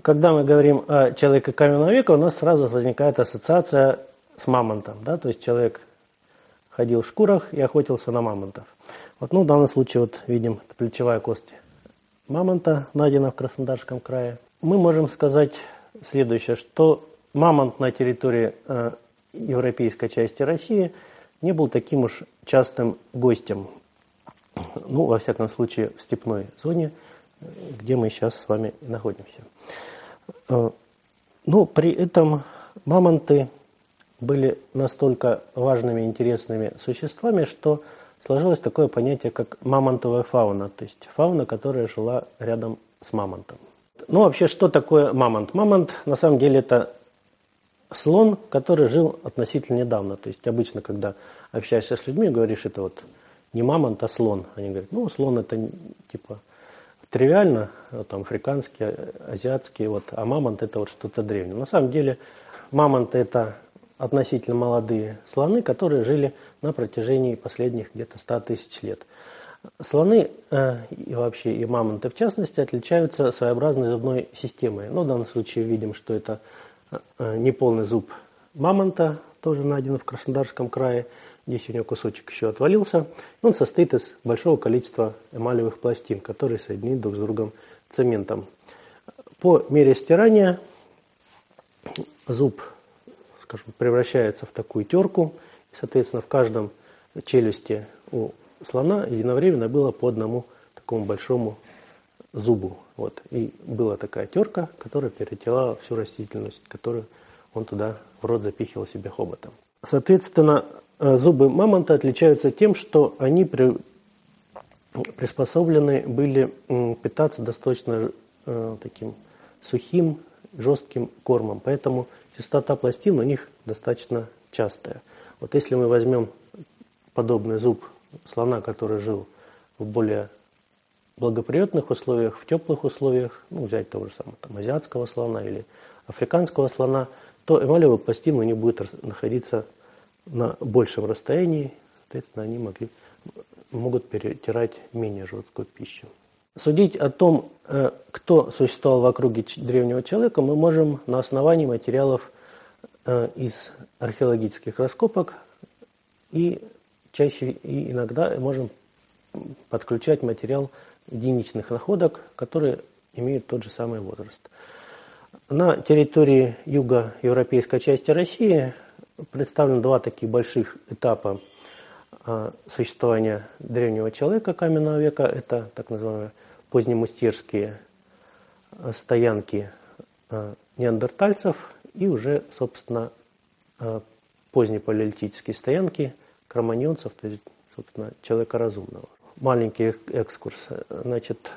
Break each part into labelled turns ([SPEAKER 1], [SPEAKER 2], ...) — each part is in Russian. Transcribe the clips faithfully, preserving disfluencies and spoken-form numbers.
[SPEAKER 1] когда мы говорим о человеке каменного века, у нас сразу возникает ассоциация с мамонтом. Да? То есть человек ходил в шкурах и охотился на мамонтов. Вот, ну, в данном случае вот видим плечевая кость мамонта, найдена в Краснодарском крае. Мы можем сказать следующее, что мамонт на территории э, европейской части России не был таким уж частым гостем. Ну, во всяком случае, в степной зоне, где мы сейчас с вами находимся. Но при этом мамонты были настолько важными и интересными существами, что сложилось такое понятие, как мамонтовая фауна, то есть фауна, которая жила рядом с мамонтом. Ну, вообще, что такое мамонт? Мамонт, на самом деле, это слон, который жил относительно недавно. То есть обычно, когда общаешься с людьми, говоришь, это вот не мамонт, а слон. Они говорят, ну, слон это типа тривиально, вот, там, африканский, азиатский, вот, а мамонт это вот что-то древнее. На самом деле мамонты это относительно молодые слоны, которые жили на протяжении последних где-то ста тысяч лет. Слоны э, и вообще и мамонты в частности отличаются своеобразной зубной системой. Но в данном случае видим, что это э, неполный зуб мамонта, тоже найден в Краснодарском крае. Здесь у него кусочек еще отвалился. Он состоит из большого количества эмалевых пластин, которые соединены друг с другом цементом. По мере стирания зуб, скажем, превращается в такую терку. И, соответственно, в каждом челюсти у слона единовременно было по одному такому большому зубу. Вот. И была такая терка, которая перетирала всю растительность, которую он туда в рот запихивал себе хоботом. Соответственно, зубы мамонта отличаются тем, что они при, приспособлены были питаться достаточно э, таким сухим, жестким кормом. Поэтому частота пластин у них достаточно частая. Вот если мы возьмем подобный зуб слона, который жил в более благоприятных условиях, в теплых условиях, ну, взять того же самого там, азиатского слона или африканского слона, то эмалевые пластины у них будут находиться на большем расстоянии, соответственно, они могли, могут перетирать менее жесткую пищу. Судить о том, кто существовал в округе древнего человека, мы можем на основании материалов из археологических раскопок и чаще и иногда можем подключать материал единичных находок, которые имеют тот же самый возраст. На территории юго-европейской части России представлены два таких больших этапа существования древнего человека каменного века. Это так называемые позднемустьерские стоянки неандертальцев и уже, собственно, позднепалеолитические стоянки кроманьонцев, то есть, собственно, человека разумного. Маленький экскурс. Значит,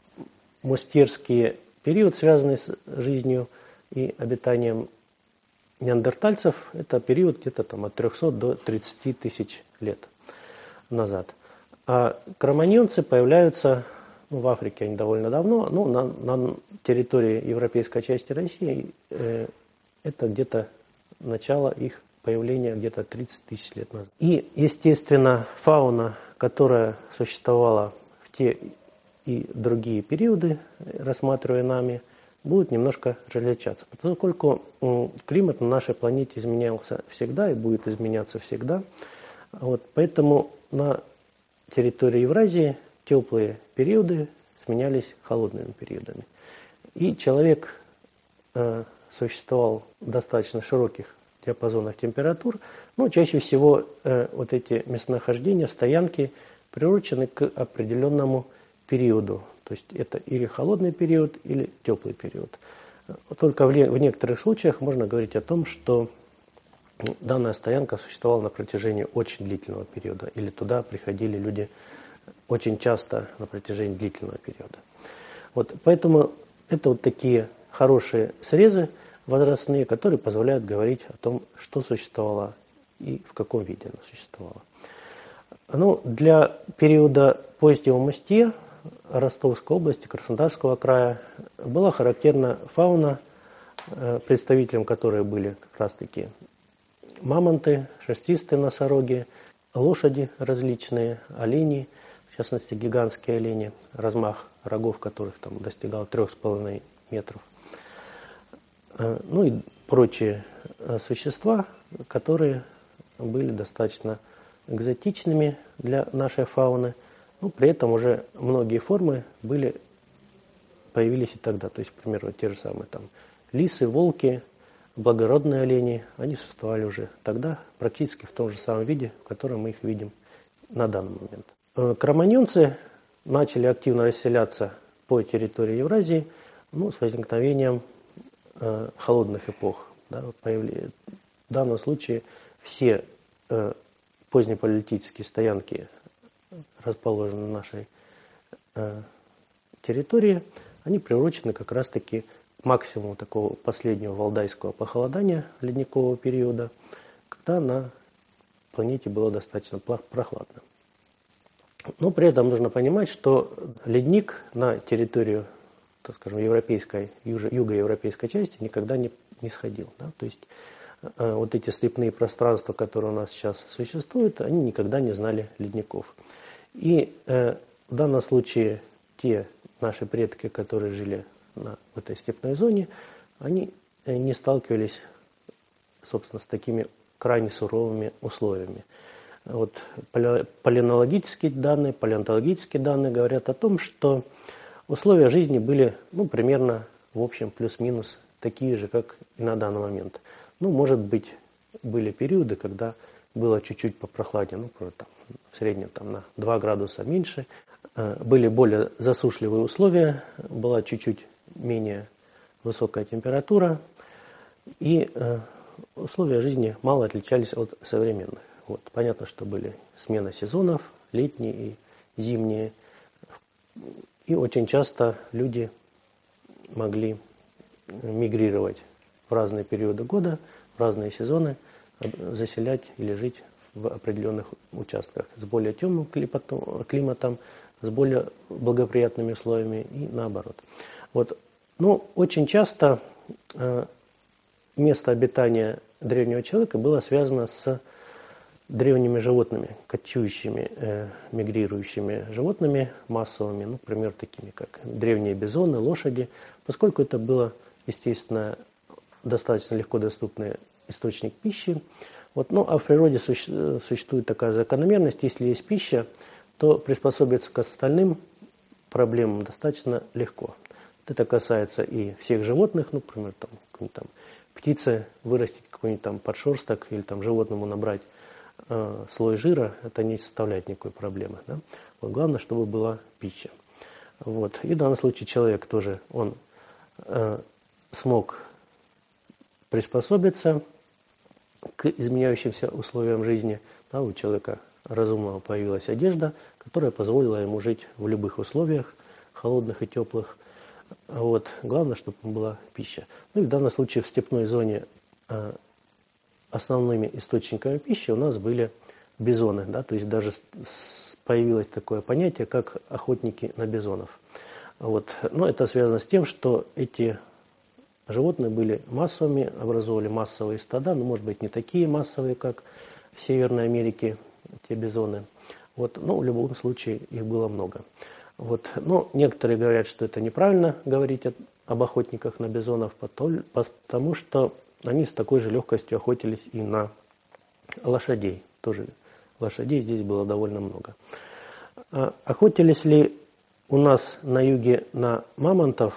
[SPEAKER 1] мустьерский период, связанный с жизнью и обитанием неандертальцев, это период где-то там от трёхсот до тридцати тысяч лет назад. А кроманьонцы появляются ну, в Африке они довольно давно, ну, на, на территории европейской части России э, это где-то начало их появления где-то тридцать тысяч лет назад. И, естественно, фауна, которая существовала в те и другие периоды, рассматривая нами, будет немножко различаться. Поскольку климат на нашей планете изменялся всегда и будет изменяться всегда, вот, поэтому на территории Евразии теплые периоды сменялись холодными периодами. И человек э, существовал в достаточно широких диапазонах температур, но чаще всего э, вот эти местонахождения, стоянки приурочены к определенному периоду. То есть это или холодный период, или теплый период. Только в, в некоторых случаях можно говорить о том, что данная стоянка существовала на протяжении очень длительного периода, или туда приходили люди очень часто на протяжении длительного периода. Вот, поэтому это вот такие хорошие срезы возрастные, которые позволяют говорить о том, что существовало и в каком виде оно существовало. Ну, для периода позднего мастье Ростовской области, Краснодарского края была характерна фауна, представителем которой были как раз-таки мамонты, шерстистые носороги, лошади различные, олени, в частности гигантские олени, размах рогов которых там достигал трех с половиной метров. ну и прочие существа, которые были достаточно экзотичными для нашей фауны. Ну, при этом уже многие формы были, появились и тогда. То есть, к примеру, те же самые там лисы, волки, благородные олени, они существовали уже тогда практически в том же самом виде, в котором мы их видим на данный момент. Кроманьонцы начали активно расселяться по территории Евразии, ну, с возникновением э, холодных эпох. Да, появли... В данном случае все э, позднепалеолитические стоянки, расположенные на нашей э, территории, они приурочены как раз-таки к максимуму такого последнего валдайского похолодания ледникового периода, когда на планете было достаточно прохладно. Но при этом нужно понимать, что ледник на территорию, так скажем, европейской, юго-европейской части никогда не, не сходил. Да? То есть э, вот эти степные пространства, которые у нас сейчас существуют, они никогда не знали ледников. И э, в данном случае те наши предки, которые жили на, в этой степной зоне, они не сталкивались, собственно, с такими крайне суровыми условиями. Вот палеонтологические данные, палеонтологические данные говорят о том, что условия жизни были, ну, примерно, в общем, плюс-минус такие же, как и на данный момент. Ну, может быть, были периоды, когда было чуть-чуть попрохладнее, ну, там, в среднем там, на два градуса меньше. Были более засушливые условия, была чуть-чуть менее высокая температура, и условия жизни мало отличались от современных. Вот. Понятно, что были смена сезонов, летние и зимние. И очень часто люди могли мигрировать в разные периоды года, в разные сезоны, заселять или жить в определенных участках с более темным климатом, с более благоприятными условиями и наоборот. Вот. Но очень часто место обитания древнего человека было связано с древними животными, кочующими, э, мигрирующими животными массовыми, ну, например, такими как древние бизоны, лошади, поскольку это было, естественно, достаточно легко доступный источник пищи. Вот, ну, а в природе суще, существует такая закономерность, если есть пища, то приспособиться к остальным проблемам достаточно легко. Это касается и всех животных, ну, например, там, там, птице вырастить какой-нибудь там подшерсток или там животному набрать э, слой жира, это не составляет никакой проблемы. Да? Вот главное, чтобы была пища. Вот. И в данном случае человек тоже, он э, смог приспособиться к изменяющимся условиям жизни. Да, у человека разумного появилась одежда, которая позволила ему жить в любых условиях, холодных и теплых. Вот. Главное, чтобы была пища. Ну и в данном случае в степной зоне э, основными источниками пищи у нас были бизоны. Да? То есть даже с, с, появилось такое понятие, как охотники на бизонов. Вот. Но это связано с тем, что эти животные были массовыми, образовывали массовые стада, но, может быть, не такие массовые, как в Северной Америке, те бизоны. Вот. Но в любом случае их было много. Вот. Но некоторые говорят, что это неправильно говорить о, об охотниках на бизонов, потому что они с такой же легкостью охотились и на лошадей. Тоже лошадей здесь было довольно много. А охотились ли у нас на юге на мамонтов?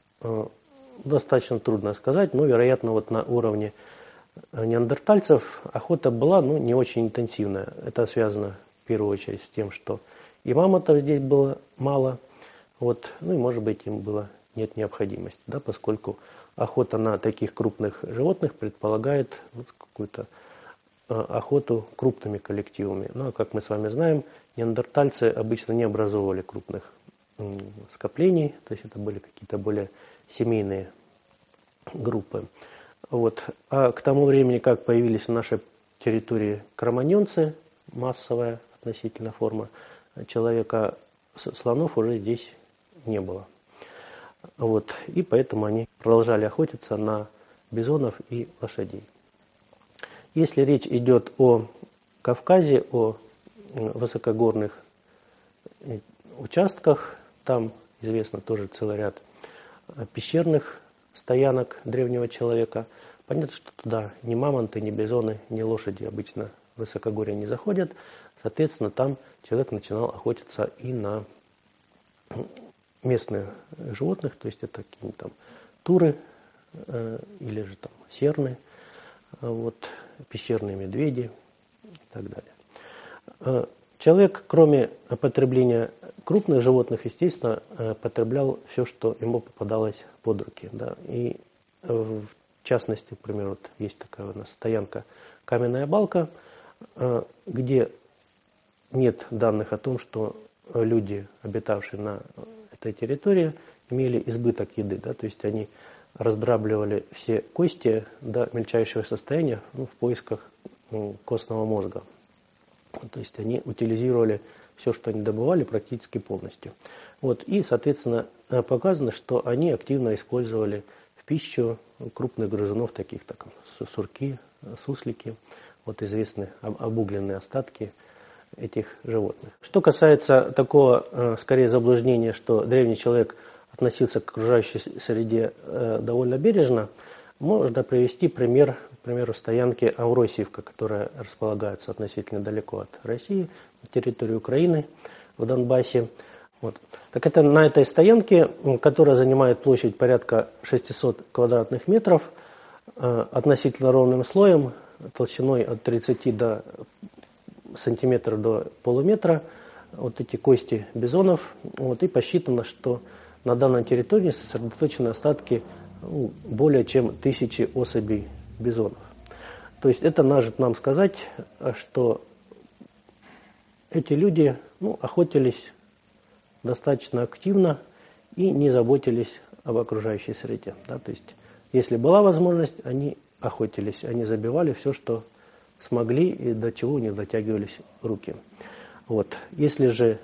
[SPEAKER 1] Достаточно трудно сказать, но, вероятно, вот на уровне неандертальцев охота была, но не очень интенсивная. Это связано в первую очередь с тем, что и мамонтов здесь было мало, вот, ну и, может быть, им было нет необходимости, да, поскольку охота на таких крупных животных предполагает вот, какую-то э, охоту крупными коллективами. Ну, а как мы с вами знаем, неандертальцы обычно не образовывали крупных э, скоплений, то есть это были какие-то более семейные группы. Вот. А к тому времени, как появились на нашей территории кроманьонцы, массовая относительно форма человека, слонов уже здесь не было. Вот. И поэтому они продолжали охотиться на бизонов и лошадей. Если речь идет о Кавказе, о высокогорных участках, там известно тоже целый ряд пещерных стоянок древнего человека. Понятно, что туда ни мамонты, ни бизоны, ни лошади обычно в высокогорье не заходят. Соответственно, там человек начинал охотиться и на местных животных, то есть это какие-нибудь там туры э, или же там серны, вот, пещерные медведи и так далее. Человек, кроме потребления крупных животных, естественно, потреблял все, что ему попадалось под руки. Да. И в частности, например, вот есть такая у нас стоянка Каменная Балка, где нет данных о том, что люди, обитавшие на этой территории, имели избыток еды. Да. То есть они раздрабливали все кости до мельчайшего состояния, ну, в поисках ну, костного мозга. То есть они утилизировали все, что они добывали, практически полностью. Вот. И, соответственно, показано, что они активно использовали в пищу крупных грызунов, таких как сурки, суслики, вот известны обугленные остатки этих животных. Что касается такого, скорее, заблуждения, что древний человек относился к окружающей среде довольно бережно, можно привести пример, к примеру, стоянки Авросиевка, которая располагается относительно далеко от России, на территории Украины, в Донбассе. Вот. Так это на этой стоянке, которая занимает площадь порядка шестисот квадратных метров, относительно ровным слоем, толщиной от тридцати до сантиметров до полуметра, вот эти кости бизонов, вот, и посчитано, что на данной территории сосредоточены остатки ну, более чем тысячи особей бизонов. То есть это может нам сказать, что эти люди ну, охотились достаточно активно и не заботились об окружающей среде. Да? То есть если была возможность, они охотились, они забивали все, что смогли и до чего у них дотягивались руки. Вот. Если же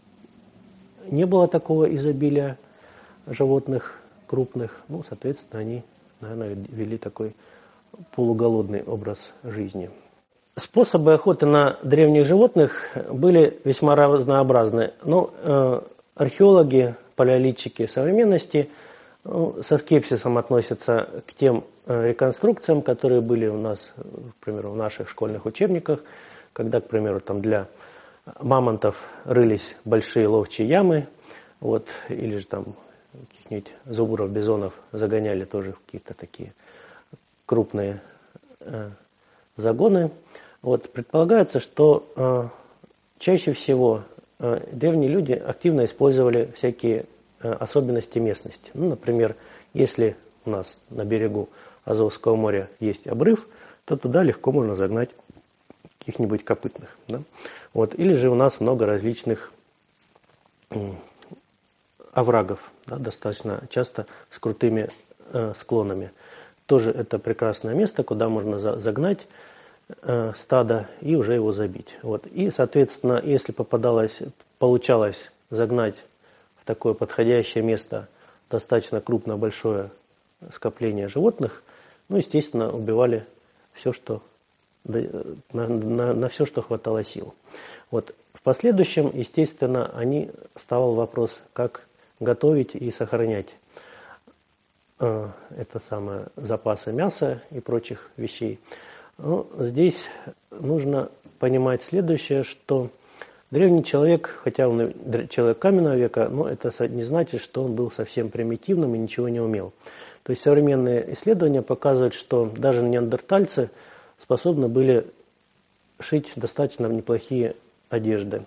[SPEAKER 1] не было такого изобилия животных крупных, ну, соответственно, они, наверное, вели такой полуголодный образ жизни. Способы охоты на древних животных были весьма разнообразны. Но э, археологи, палеолитчики современности ну, со скепсисом относятся к тем э, реконструкциям, которые были у нас, к примеру, в наших школьных учебниках, когда, к примеру, там для мамонтов рылись большие ловчие ямы, вот, или же там каких-нибудь зубров, бизонов загоняли тоже в какие-то такие крупные э, загоны. Вот, предполагается, что э, чаще всего э, древние люди активно использовали всякие э, особенности местности. Ну, например, если у нас на берегу Азовского моря есть обрыв, то туда легко можно загнать каких-нибудь копытных. Да? Вот, или же у нас много различных э, оврагов, да, достаточно часто с крутыми э, склонами. Тоже это прекрасное место, куда можно за, загнать э, стадо и уже его забить. Вот. И, соответственно, если попадалось, получалось загнать в такое подходящее место достаточно крупное, большое скопление животных, ну, естественно, убивали все, что, на, на, на все, что хватало сил. Вот. В последующем, естественно, они вставал вопрос, как готовить и сохранять э, это самое запасы мяса и прочих вещей. Но здесь нужно понимать следующее, что древний человек, хотя он человек каменного века, но это не значит, что он был совсем примитивным и ничего не умел. То есть современные исследования показывают, что даже неандертальцы способны были шить достаточно неплохие одежды.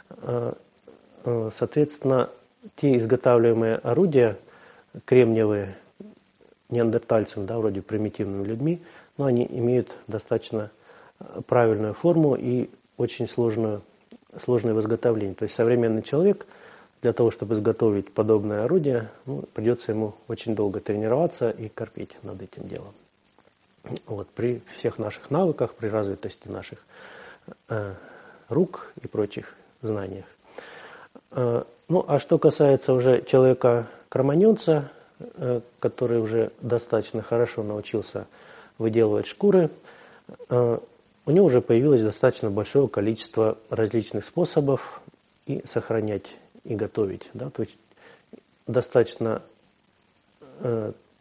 [SPEAKER 1] Соответственно, те изготавливаемые орудия, кремниевые, неандертальцам, да, вроде примитивными людьми, но они имеют достаточно правильную форму и очень сложную, сложное в изготовлении. То есть современный человек для того, чтобы изготовить подобное орудие, ну, придется ему очень долго тренироваться и корпеть над этим делом. Вот, при всех наших навыках, при развитости наших э, рук и прочих знаниях. Э, ну, а что касается уже человека-кроманьонца, э, который уже достаточно хорошо научился выделывать шкуры, э, у него уже появилось достаточно большое количество различных способов и сохранять, и готовить. Да? То есть достаточно э,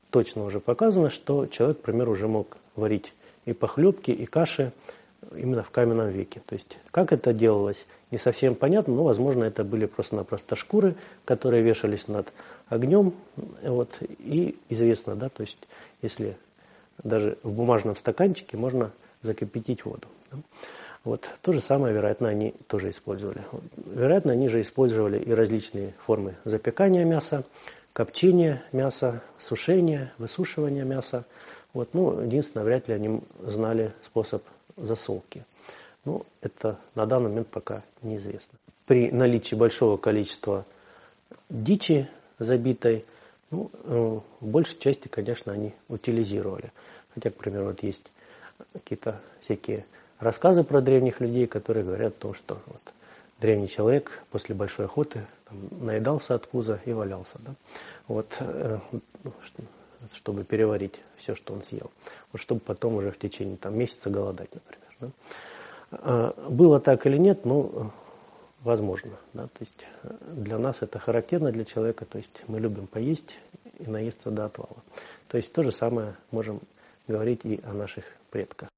[SPEAKER 1] точно уже показано, что человек, к примеру, уже мог варить и похлебки, и каши именно в каменном веке. То есть, как это делалось, не совсем понятно, но, возможно, это были просто-напросто шкуры, которые вешались над огнем, вот, и известно, да, то есть, если даже в бумажном стаканчике можно закипятить воду. Да. Вот, то же самое, вероятно, они тоже использовали. Вероятно, они же использовали и различные формы запекания мяса, копчения мяса, сушения, высушивания мяса. Вот, ну, единственное, вряд ли они знали способ засолки. Ну, это на данный момент пока неизвестно. При наличии большого количества дичи забитой, ну, в большей части, конечно, они утилизировали. Хотя, к примеру, вот есть какие-то всякие рассказы про древних людей, которые говорят о том, что вот, древний человек после большой охоты там, наедался от пуза и валялся, да? Вот, э, чтобы переварить все, что он съел. Вот, чтобы потом уже в течение там, месяца голодать, например. Да? А, было так или нет, ну, возможно. Да? То есть для нас это характерно для человека, то есть мы любим поесть и наесться до отвала. То есть то же самое можем говорить и о наших предках.